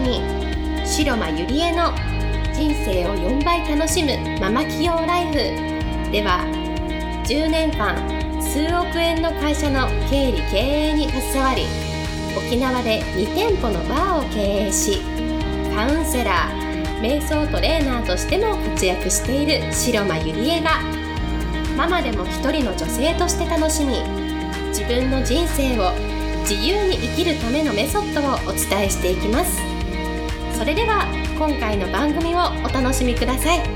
に白間ゆりえの人生を4倍楽しむママ起業ライフでは、10年間数億円の会社の経理経営に携わり、沖縄で2店舗のバーを経営し、カウンセラー、瞑想トレーナーとしても活躍している白間ゆりえが、ママでも一人の女性として楽しみ、自分の人生を自由に生きるためのメソッドをお伝えしていきます。それでは今回の番組をお楽しみください。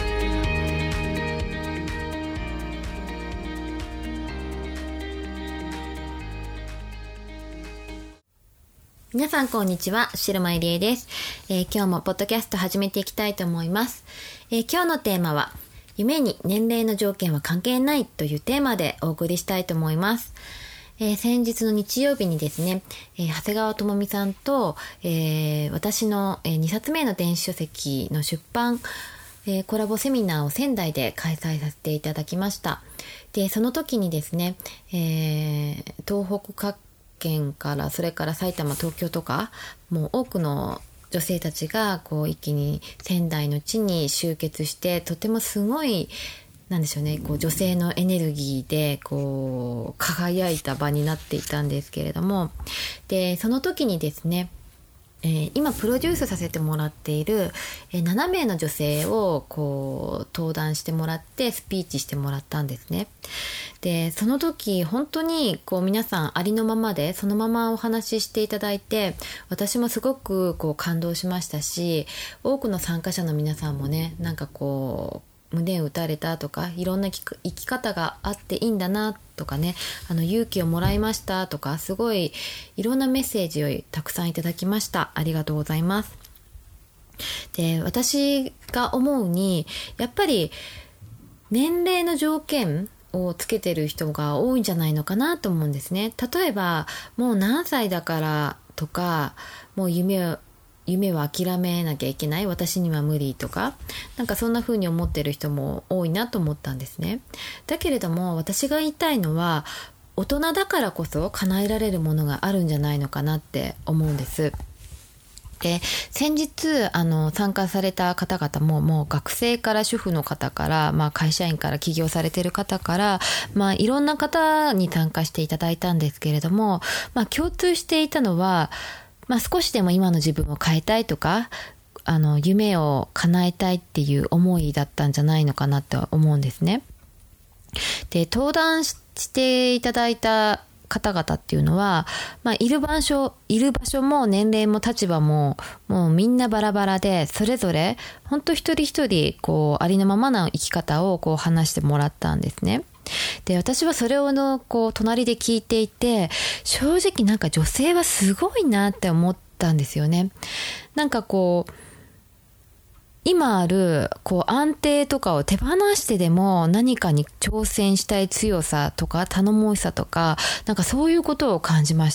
皆さんこんにちは、白間ゆりえです。今日もポッドキャスト始めていきたいと思います。今日のテーマは、夢に年齢の条件は関係ないというテーマでお送りしたいと思います。先日の日曜日にですね、長谷川智美さんと、私の、2冊目の電子書籍の出版、コラボセミナーを仙台で開催させていただきました。で、その時にですね、東北各県から、それから埼玉、東京とか、もう多くの女性たちがこう一気に仙台の地に集結して、とてもすごいなんでしょうね、こう女性のエネルギーでこう輝いた場になっていたんですけれども、でその時にですね、今プロデュースさせてもらっている、7名の女性をこう登壇してもらってスピーチしてもらったんですね。でその時本当にこう皆さんありのままでそのままお話ししていただいて、私もすごくこう感動しましたし、多くの参加者の皆さんもね、なんかこう胸を打たれたとか、いろんな生き方があっていいんだなとかね、勇気をもらいましたとか、すごいいろんなメッセージをたくさんいただきました。ありがとうございます。で、私が思うに、やっぱり年齢の条件をつけてる人が多いんじゃないのかなと思うんですね。例えばもう何歳だからとか、もう夢は諦めなきゃいけない、私には無理とか、なんかそんな風に思ってる人も多いなと思ったんですね。だけれども私が言いたいのは、大人だからこそ叶えられるものがあるんじゃないのかなって思うんです。で、先日参加された方々も、もう学生から主婦の方から、会社員から起業されている方から、いろんな方に参加していただいたんですけれども、共通していたのは、少しでも今の自分を変えたいとか、夢を叶えたいっていう思いだったんじゃないのかなと思うんですね。で、登壇していただいた方々っていうのは、いる場所も年齢も立場ももうみんなバラバラで、それぞれ本当一人一人こうありのままの生き方をこう話してもらったんですね。で、私はそれをこう隣で聞いていて、正直なんか女性はすごいなって思ったんですよね。なんかこう今あるこう安定とかを手放してでも何かに挑戦したい強さとか頼もしさとか、なんかそういうことを感じました。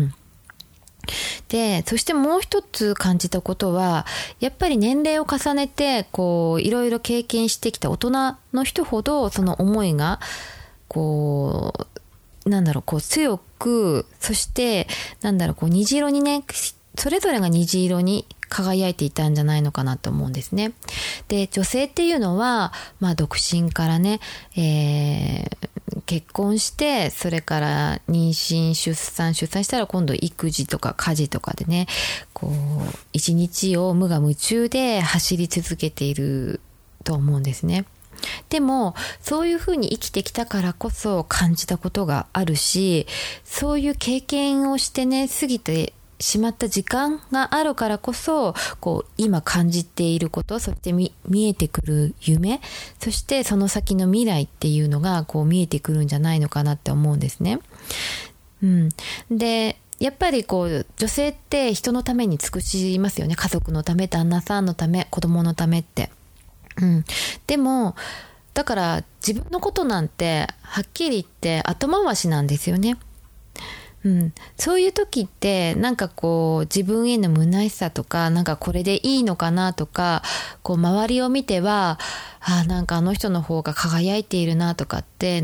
で、そしてもう一つ感じたことは、やっぱり年齢を重ねてこういろいろ経験してきた大人の人ほど、その思いがこう強く、そしてこう虹色にね、それぞれが虹色に輝いていたんじゃないのかなと思うんですね。で、女性っていうのは、独身からね、結婚して、それから妊娠、出産したら今度育児とか家事とかでね、こう一日を無我夢中で走り続けていると思うんですね。でもそういうふうに生きてきたからこそ感じたことがあるし、そういう経験をしてね、過ぎてしまった時間があるからこそ、こう今感じていること、そして見えてくる夢、そしてその先の未来っていうのがこう見えてくるんじゃないのかなって思うんですね。で、やっぱりこう女性って人のために尽くしますよね。家族のため、旦那さんのため、子供のためって。でもだから自分のことなんてはっきり言って後回しなんですよね。そういう時ってなんかこう自分への虚しさとか、なんかこれでいいのかなとか、こう周りを見てはなんかあの人の方が輝いているなとかって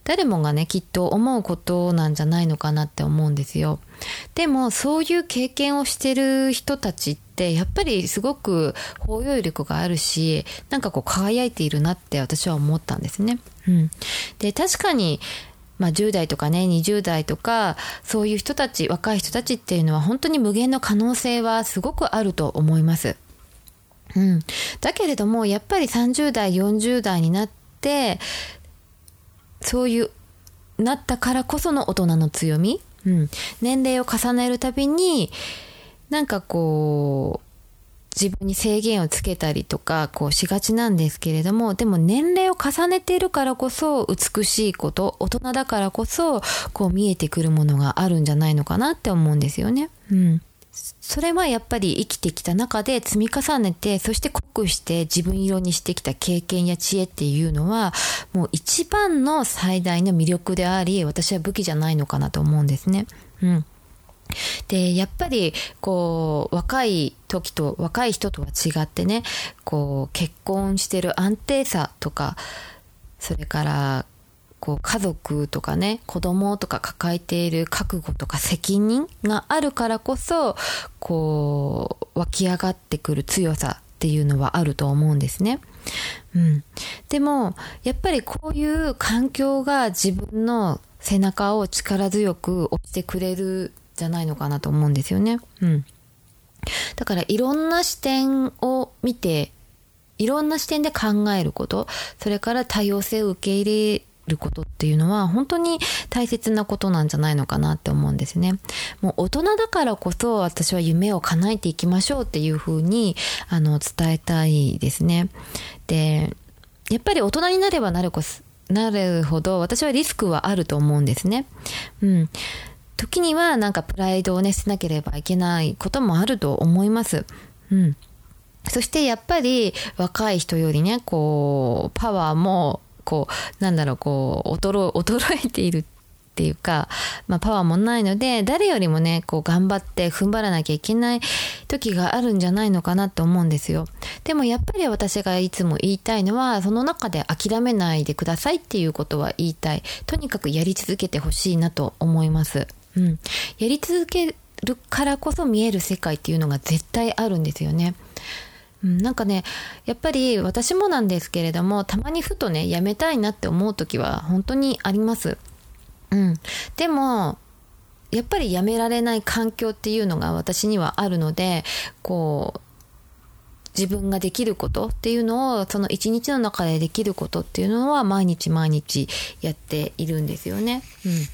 誰もがねきっと思うことなんじゃないのかなって思うんですよ。でもそういう経験をしてる人たちってやっぱりすごく包容力があるし、なんかこう輝いているなって私は思ったんですね。で確かに10代とかね20代とかそういう人たち、若い人たちっていうのは本当に無限の可能性はすごくあると思います。だけれどもやっぱり30代40代になってそういうなったからこその大人の強み、年齢を重ねるたびになんかこう自分に制限をつけたりとかこうしがちなんですけれども、でも年齢を重ねているからこそ美しいこと、大人だからこそこう見えてくるものがあるんじゃないのかなって思うんですよね。それはやっぱり生きてきた中で積み重ねて、そして濃くして自分色にしてきた経験や知恵っていうのはもう一番の最大の魅力であり、私は武器じゃないのかなと思うんですね。でやっぱりこう若い人とは違ってね、こう結婚してる安定さとか、それからこう家族とかね子供とか抱えている覚悟とか責任があるからこそこう湧き上がってくる強さっていうのはあると思うんですね。でもやっぱりこういう環境が自分の背中を力強く押してくれるじゃないのかなと思うんですよね。だからいろんな視点を見て、いろんな視点で考えること、それから多様性を受け入れることっていうのは本当に大切なことなんじゃないのかなって思うんですね。もう大人だからこそ私は夢を叶えていきましょうっていうふうに伝えたいですね。でやっぱり大人になればなるほど私はリスクはあると思うんですね。時にはなんかプライドをねしなければいけないこともあると思います。そしてやっぱり若い人よりねこうパワーもこう衰えているっていうか、パワーもないので誰よりもねこう頑張って踏ん張らなきゃいけない時があるんじゃないのかなと思うんですよ。でもやっぱり私がいつも言いたいのは、その中で諦めないでくださいっていうことは言いたい。とにかくやり続けてほしいなと思います。やり続けるからこそ見える世界っていうのが絶対あるんですよね。なんかねやっぱり私もなんですけれども、たまにふとねやめたいなって思う時は本当にあります。でもやっぱりやめられない環境っていうのが私にはあるので、こう自分ができることっていうのをその一日の中でできることっていうのは毎日やっているんですよね。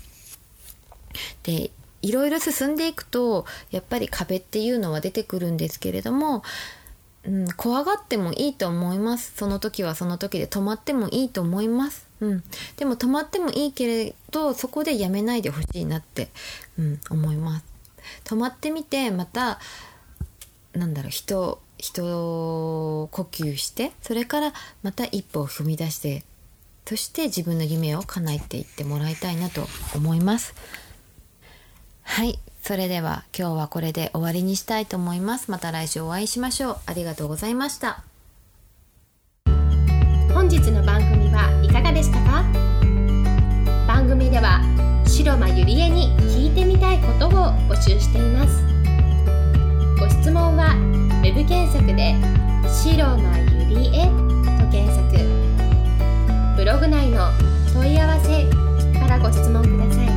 でいろいろ進んでいくとやっぱり壁っていうのは出てくるんですけれども、怖がってもいいと思います。その時はその時で止まってもいいと思います。でも止まってもいいけれどそこでやめないでほしいなって、思います。止まってみてまた一呼吸して、それからまた一歩を踏み出して、そして自分の夢を叶えていってもらいたいなと思います。はい、それでは今日はこれで終わりにしたいと思います。また来週お会いしましょう。ありがとうございました。 本日の番組はいかがでしたか？番組では白間ゆりえに聞いてみたいことを募集しています。ご質問はウェブ検索で白間ゆりえと検索、ブログ内の問い合わせからご質問ください。